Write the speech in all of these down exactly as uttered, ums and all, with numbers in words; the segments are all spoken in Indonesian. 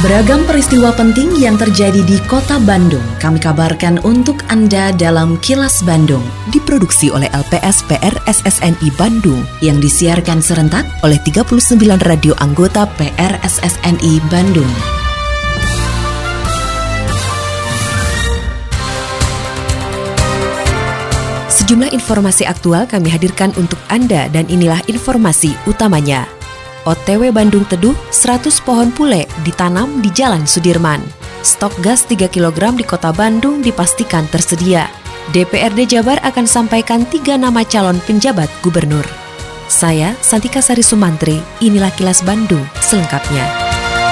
Beragam peristiwa penting yang terjadi di Kota Bandung kami kabarkan untuk Anda dalam Kilas Bandung. Diproduksi oleh L P S P R S S N I Bandung yang disiarkan serentak oleh tiga puluh sembilan radio anggota P R S S N I Bandung. Sejumlah informasi aktual kami hadirkan untuk Anda dan inilah informasi utamanya. O T W Bandung Teduh, seratus pohon pule ditanam di Jalan Sudirman. Stok gas tiga kilogram di Kota Bandung dipastikan tersedia. D P R D Jabar akan sampaikan tiga nama calon penjabat gubernur. Saya, Santika Sari Sumantri, inilah Kilas Bandung selengkapnya.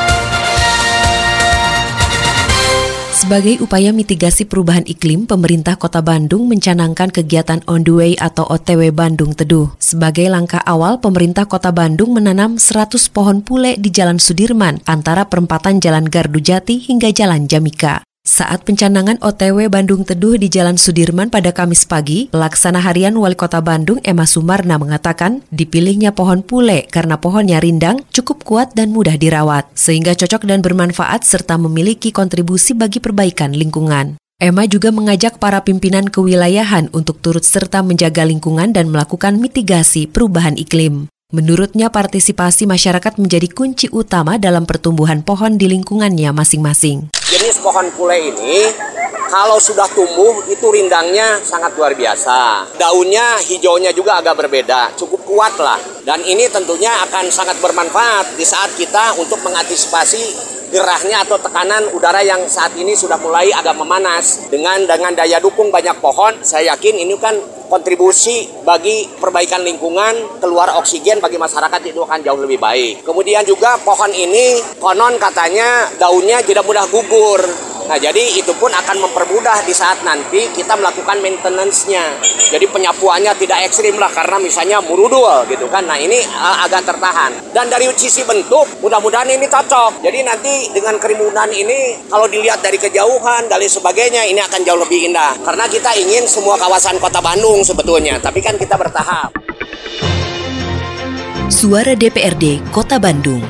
Sebagai upaya mitigasi perubahan iklim, pemerintah Kota Bandung mencanangkan kegiatan On The Way atau O T W Bandung Teduh. Sebagai langkah awal, pemerintah Kota Bandung menanam seratus pohon pule di Jalan Sudirman, antara perempatan Jalan Gardujati hingga Jalan Jamika. Saat pencanangan O T W Bandung Teduh di Jalan Sudirman pada Kamis pagi, pelaksana harian Wali Kota Bandung Emma Sumarna mengatakan dipilihnya pohon pule karena pohonnya rindang, cukup kuat dan mudah dirawat, sehingga cocok dan bermanfaat serta memiliki kontribusi bagi perbaikan lingkungan. Emma juga mengajak para pimpinan kewilayahan untuk turut serta menjaga lingkungan dan melakukan mitigasi perubahan iklim. Menurutnya, partisipasi masyarakat menjadi kunci utama dalam pertumbuhan pohon di lingkungannya masing-masing. Jenis pohon pule ini kalau sudah tumbuh itu rindangnya sangat luar biasa. Daunnya hijaunya juga agak berbeda, cukup kuat lah. Dan ini tentunya akan sangat bermanfaat di saat kita untuk mengantisipasi gerahnya atau tekanan udara yang saat ini sudah mulai agak memanas. Dengan dengan daya dukung banyak pohon, saya yakin ini kan kontribusi bagi perbaikan lingkungan, keluar oksigen bagi masyarakat itu akan jauh lebih baik. Kemudian juga pohon ini konon katanya daunnya tidak mudah gugur. Nah, jadi itu pun akan mempermudah di saat nanti kita melakukan maintenance-nya. Jadi penyapuannya tidak ekstrim lah karena misalnya murudul gitu kan. Nah, ini uh, agak tertahan. Dan dari sisi bentuk mudah-mudahan ini cocok. Jadi nanti dengan kerimbunan ini kalau dilihat dari kejauhan dan lain sebagainya ini akan jauh lebih indah. Karena kita ingin semua kawasan Kota Bandung sebetulnya, tapi kan kita bertahap. Suara D P R D Kota Bandung.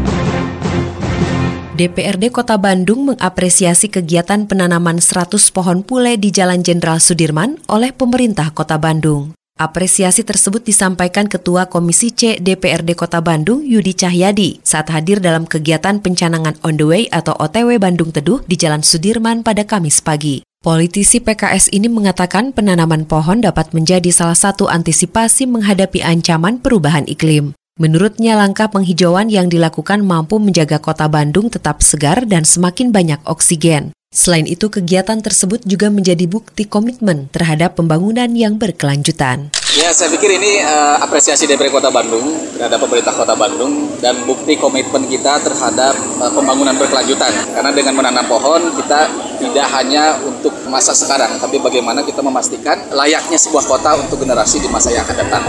D P R D Kota Bandung mengapresiasi kegiatan penanaman seratus pohon pule di Jalan Jenderal Sudirman oleh pemerintah Kota Bandung. Apresiasi tersebut disampaikan Ketua Komisi C D P R D Kota Bandung Yudi Cahyadi saat hadir dalam kegiatan pencanangan On The Way atau O T W Bandung Teduh di Jalan Sudirman pada Kamis pagi. Politisi P K S ini mengatakan penanaman pohon dapat menjadi salah satu antisipasi menghadapi ancaman perubahan iklim. Menurutnya, langkah penghijauan yang dilakukan mampu menjaga Kota Bandung tetap segar dan semakin banyak oksigen. Selain itu, kegiatan tersebut juga menjadi bukti komitmen terhadap pembangunan yang berkelanjutan. Ya, saya pikir ini uh, apresiasi dari Kota Bandung terhadap pemerintah Kota Bandung dan bukti komitmen kita terhadap uh, pembangunan berkelanjutan. Karena dengan menanam pohon, kita tidak hanya untuk masa sekarang, tapi bagaimana kita memastikan layaknya sebuah kota untuk generasi di masa yang akan datang.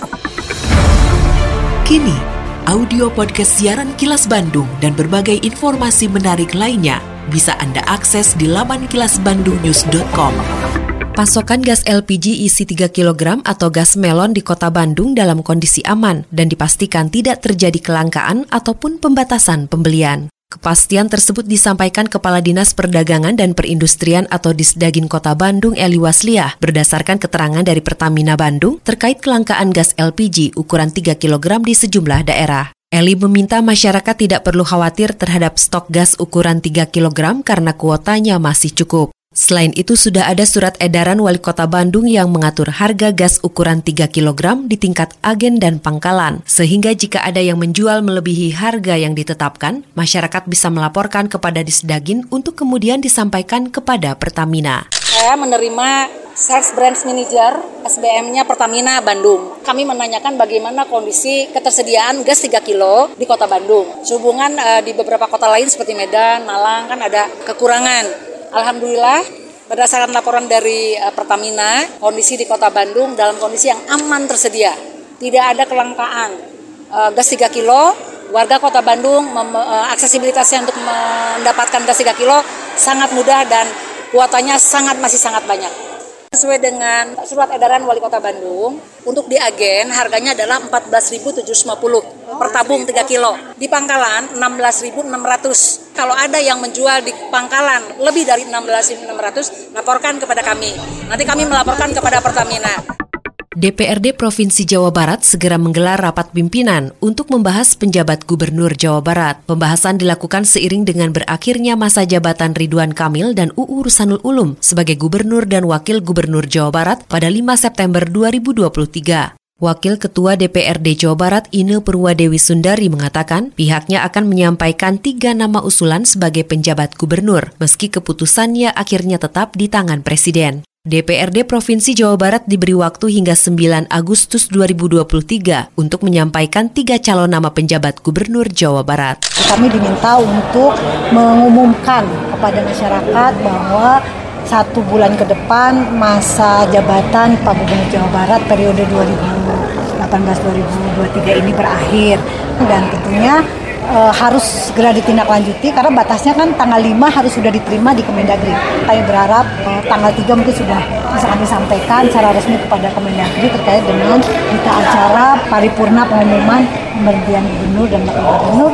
Kini, audio podcast siaran Kilas Bandung dan berbagai informasi menarik lainnya bisa Anda akses di laman kilas bandung news dot com. Pasokan gas L P G isi tiga kilogram atau gas melon di Kota Bandung dalam kondisi aman dan dipastikan tidak terjadi kelangkaan ataupun pembatasan pembelian. Kepastian tersebut disampaikan Kepala Dinas Perdagangan dan Perindustrian atau Disdagin Kota Bandung Eli Wasliah berdasarkan keterangan dari Pertamina Bandung terkait kelangkaan gas L P G ukuran tiga kilogram di sejumlah daerah. Eli meminta masyarakat tidak perlu khawatir terhadap stok gas ukuran tiga kilogram karena kuotanya masih cukup. Selain itu, sudah ada surat edaran Wali Kota Bandung yang mengatur harga gas ukuran tiga kilogram di tingkat agen dan pangkalan, sehingga jika ada yang menjual melebihi harga yang ditetapkan, masyarakat bisa melaporkan kepada Disdagin untuk kemudian disampaikan kepada Pertamina. Saya menerima Sales Branch Manager S B M-nya Pertamina Bandung. Kami menanyakan bagaimana kondisi ketersediaan gas tiga kilo di Kota Bandung. Sehubungan uh, di beberapa kota lain seperti Medan, Malang kan ada kekurangan. Alhamdulillah, berdasarkan laporan dari uh, Pertamina, kondisi di Kota Bandung dalam kondisi yang aman tersedia. Tidak ada kelangkaan uh, gas tiga kilo. Warga Kota Bandung, mem- uh, aksesibilitasnya untuk mendapatkan gas tiga kilo sangat mudah dan kuotanya sangat masih sangat banyak. Sesuai dengan surat edaran Wali Kota Bandung, untuk di agen harganya adalah empat belas ribu tujuh ratus lima puluh per tabung tiga kilo. Di pangkalan enam belas ribu enam ratus. Kalau ada yang menjual di pangkalan lebih dari enam belas ribu enam ratus, laporkan kepada kami. Nanti kami melaporkan kepada Pertamina. D P R D Provinsi Jawa Barat segera menggelar rapat pimpinan untuk membahas penjabat Gubernur Jawa Barat. Pembahasan dilakukan seiring dengan berakhirnya masa jabatan Ridwan Kamil dan U U Rusanul Ulum sebagai Gubernur dan Wakil Gubernur Jawa Barat pada lima September dua ribu dua puluh tiga. Wakil Ketua D P R D Jawa Barat Ine Purwadewi Sundari mengatakan pihaknya akan menyampaikan tiga nama usulan sebagai penjabat gubernur, meski keputusannya akhirnya tetap di tangan Presiden. D P R D Provinsi Jawa Barat diberi waktu hingga sembilan Agustus dua ribu dua puluh tiga untuk menyampaikan tiga calon nama penjabat Gubernur Jawa Barat. Kami diminta untuk mengumumkan kepada masyarakat bahwa satu bulan ke depan masa jabatan Pak Gubernur Jawa Barat periode dua ribu delapan belas sampai dua ribu dua puluh tiga ini berakhir. Dan tentunya e, harus segera ditindaklanjuti karena batasnya kan tanggal lima harus sudah diterima di Kemendagri. Kami berharap e, tanggal tiga mungkin sudah bisa kami sampaikan secara resmi kepada Kemendagri terkait dengan berita acara paripurna pengumuman pemberhentian gubernur dan wakil gubernur.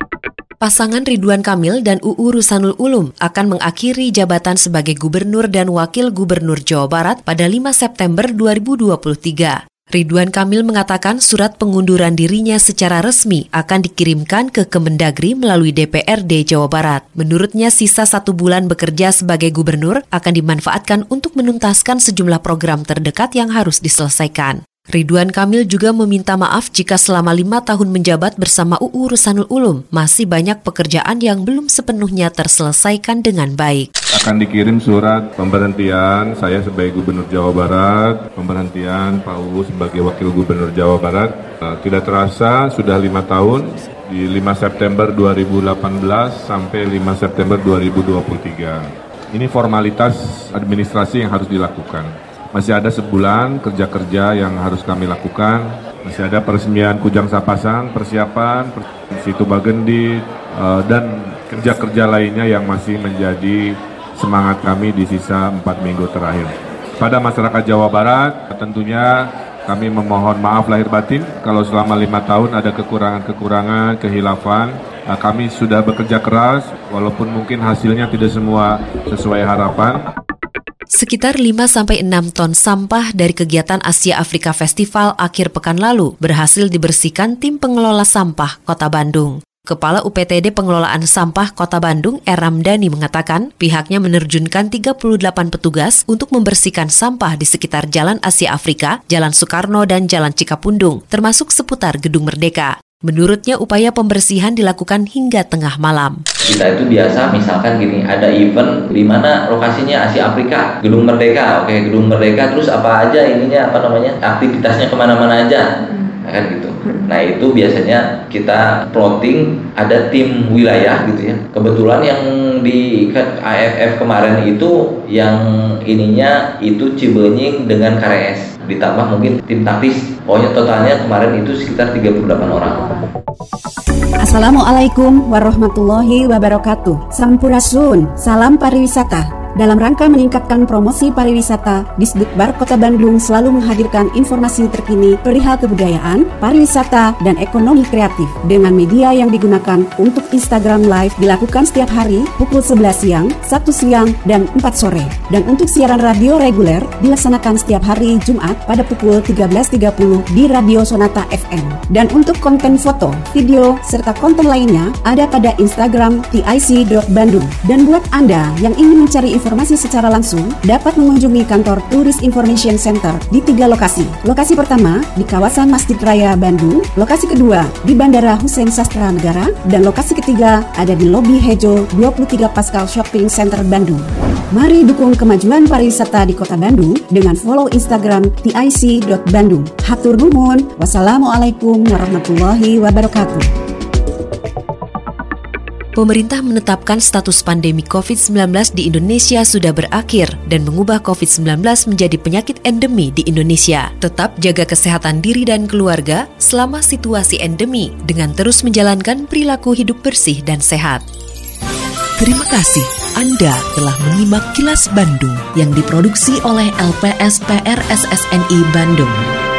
Pasangan Ridwan Kamil dan U U Rusanul Ulum akan mengakhiri jabatan sebagai Gubernur dan Wakil Gubernur Jawa Barat pada lima September dua ribu dua puluh tiga. Ridwan Kamil mengatakan surat pengunduran dirinya secara resmi akan dikirimkan ke Kemendagri melalui D P R D Jawa Barat. Menurutnya sisa satu bulan bekerja sebagai gubernur akan dimanfaatkan untuk menuntaskan sejumlah program terdekat yang harus diselesaikan. Ridwan Kamil juga meminta maaf jika selama lima tahun menjabat bersama U U Rusanul Ulum masih banyak pekerjaan yang belum sepenuhnya terselesaikan dengan baik. Akan dikirim surat pemberhentian saya sebagai Gubernur Jawa Barat, pemberhentian Pak U U sebagai Wakil Gubernur Jawa Barat. Tidak terasa sudah lima tahun, di lima September dua ribu delapan belas sampai lima September dua ribu dua puluh tiga. Ini formalitas administrasi yang harus dilakukan. Masih ada sebulan kerja-kerja yang harus kami lakukan. Masih ada peresmian Kujang Sapasang, persiapan, Situ Bagendit, dan kerja-kerja lainnya yang masih menjadi semangat kami di sisa empat minggu terakhir. Pada masyarakat Jawa Barat, tentunya kami memohon maaf lahir batin kalau selama lima tahun ada kekurangan-kekurangan, kehilafan. Kami sudah bekerja keras, walaupun mungkin hasilnya tidak semua sesuai harapan. Sekitar lima sampai enam ton sampah dari kegiatan Asia Afrika Festival akhir pekan lalu berhasil dibersihkan tim pengelola sampah Kota Bandung. Kepala U P T D Pengelolaan Sampah Kota Bandung, R. Ramdhani mengatakan pihaknya menerjunkan tiga puluh delapan petugas untuk membersihkan sampah di sekitar Jalan Asia Afrika, Jalan Soekarno, dan Jalan Cikapundung, termasuk seputar Gedung Merdeka. Menurutnya upaya pembersihan dilakukan hingga tengah malam. Kita itu biasa misalkan gini, ada event di mana lokasinya Asia Afrika, Gedung Merdeka, oke Gedung Merdeka, terus apa aja ininya apa namanya aktivitasnya kemana-mana aja, nah, kan gitu. Nah itu biasanya kita plotting ada tim wilayah gitu ya. Kebetulan yang di A F F kemarin itu yang ininya itu Cibenying dengan K R S. Ditambah mungkin tim taktis. Pokoknya totalnya kemarin itu sekitar tiga puluh delapan orang. Assalamualaikum warahmatullahi wabarakatuh. Sampurasun, salam pariwisata. Dalam rangka meningkatkan promosi pariwisata, Disdikbar Kota Bandung selalu menghadirkan informasi terkini perihal kebudayaan, pariwisata, dan ekonomi kreatif dengan media yang digunakan untuk Instagram Live dilakukan setiap hari pukul sebelas siang, satu siang, dan empat sore. Dan untuk siaran radio reguler dilaksanakan setiap hari Jumat pada pukul tiga belas tiga puluh di Radio Sonata F M. Dan untuk konten foto, video, serta konten lainnya ada pada Instagram T I C dot bandung. Dan buat Anda yang ingin mencari informasi Informasi secara langsung dapat mengunjungi kantor Tourist Information Center di tiga lokasi. Lokasi pertama di kawasan Masjid Raya Bandung, lokasi kedua di Bandara Hussein Sastra Negara, dan lokasi ketiga ada di Lobi Hejo dua puluh tiga Pascal Shopping Center Bandung. Mari dukung kemajuan pariwisata di Kota Bandung dengan follow Instagram T I C dot bandung. Hatur nuhun. Wassalamualaikum warahmatullahi wabarakatuh. Pemerintah menetapkan status pandemi covid sembilan belas di Indonesia sudah berakhir dan mengubah covid sembilan belas menjadi penyakit endemi di Indonesia. Tetap jaga kesehatan diri dan keluarga selama situasi endemi dengan terus menjalankan perilaku hidup bersih dan sehat. Terima kasih Anda telah menyimak Kilas Bandung yang diproduksi oleh L P S P R S S N I Bandung.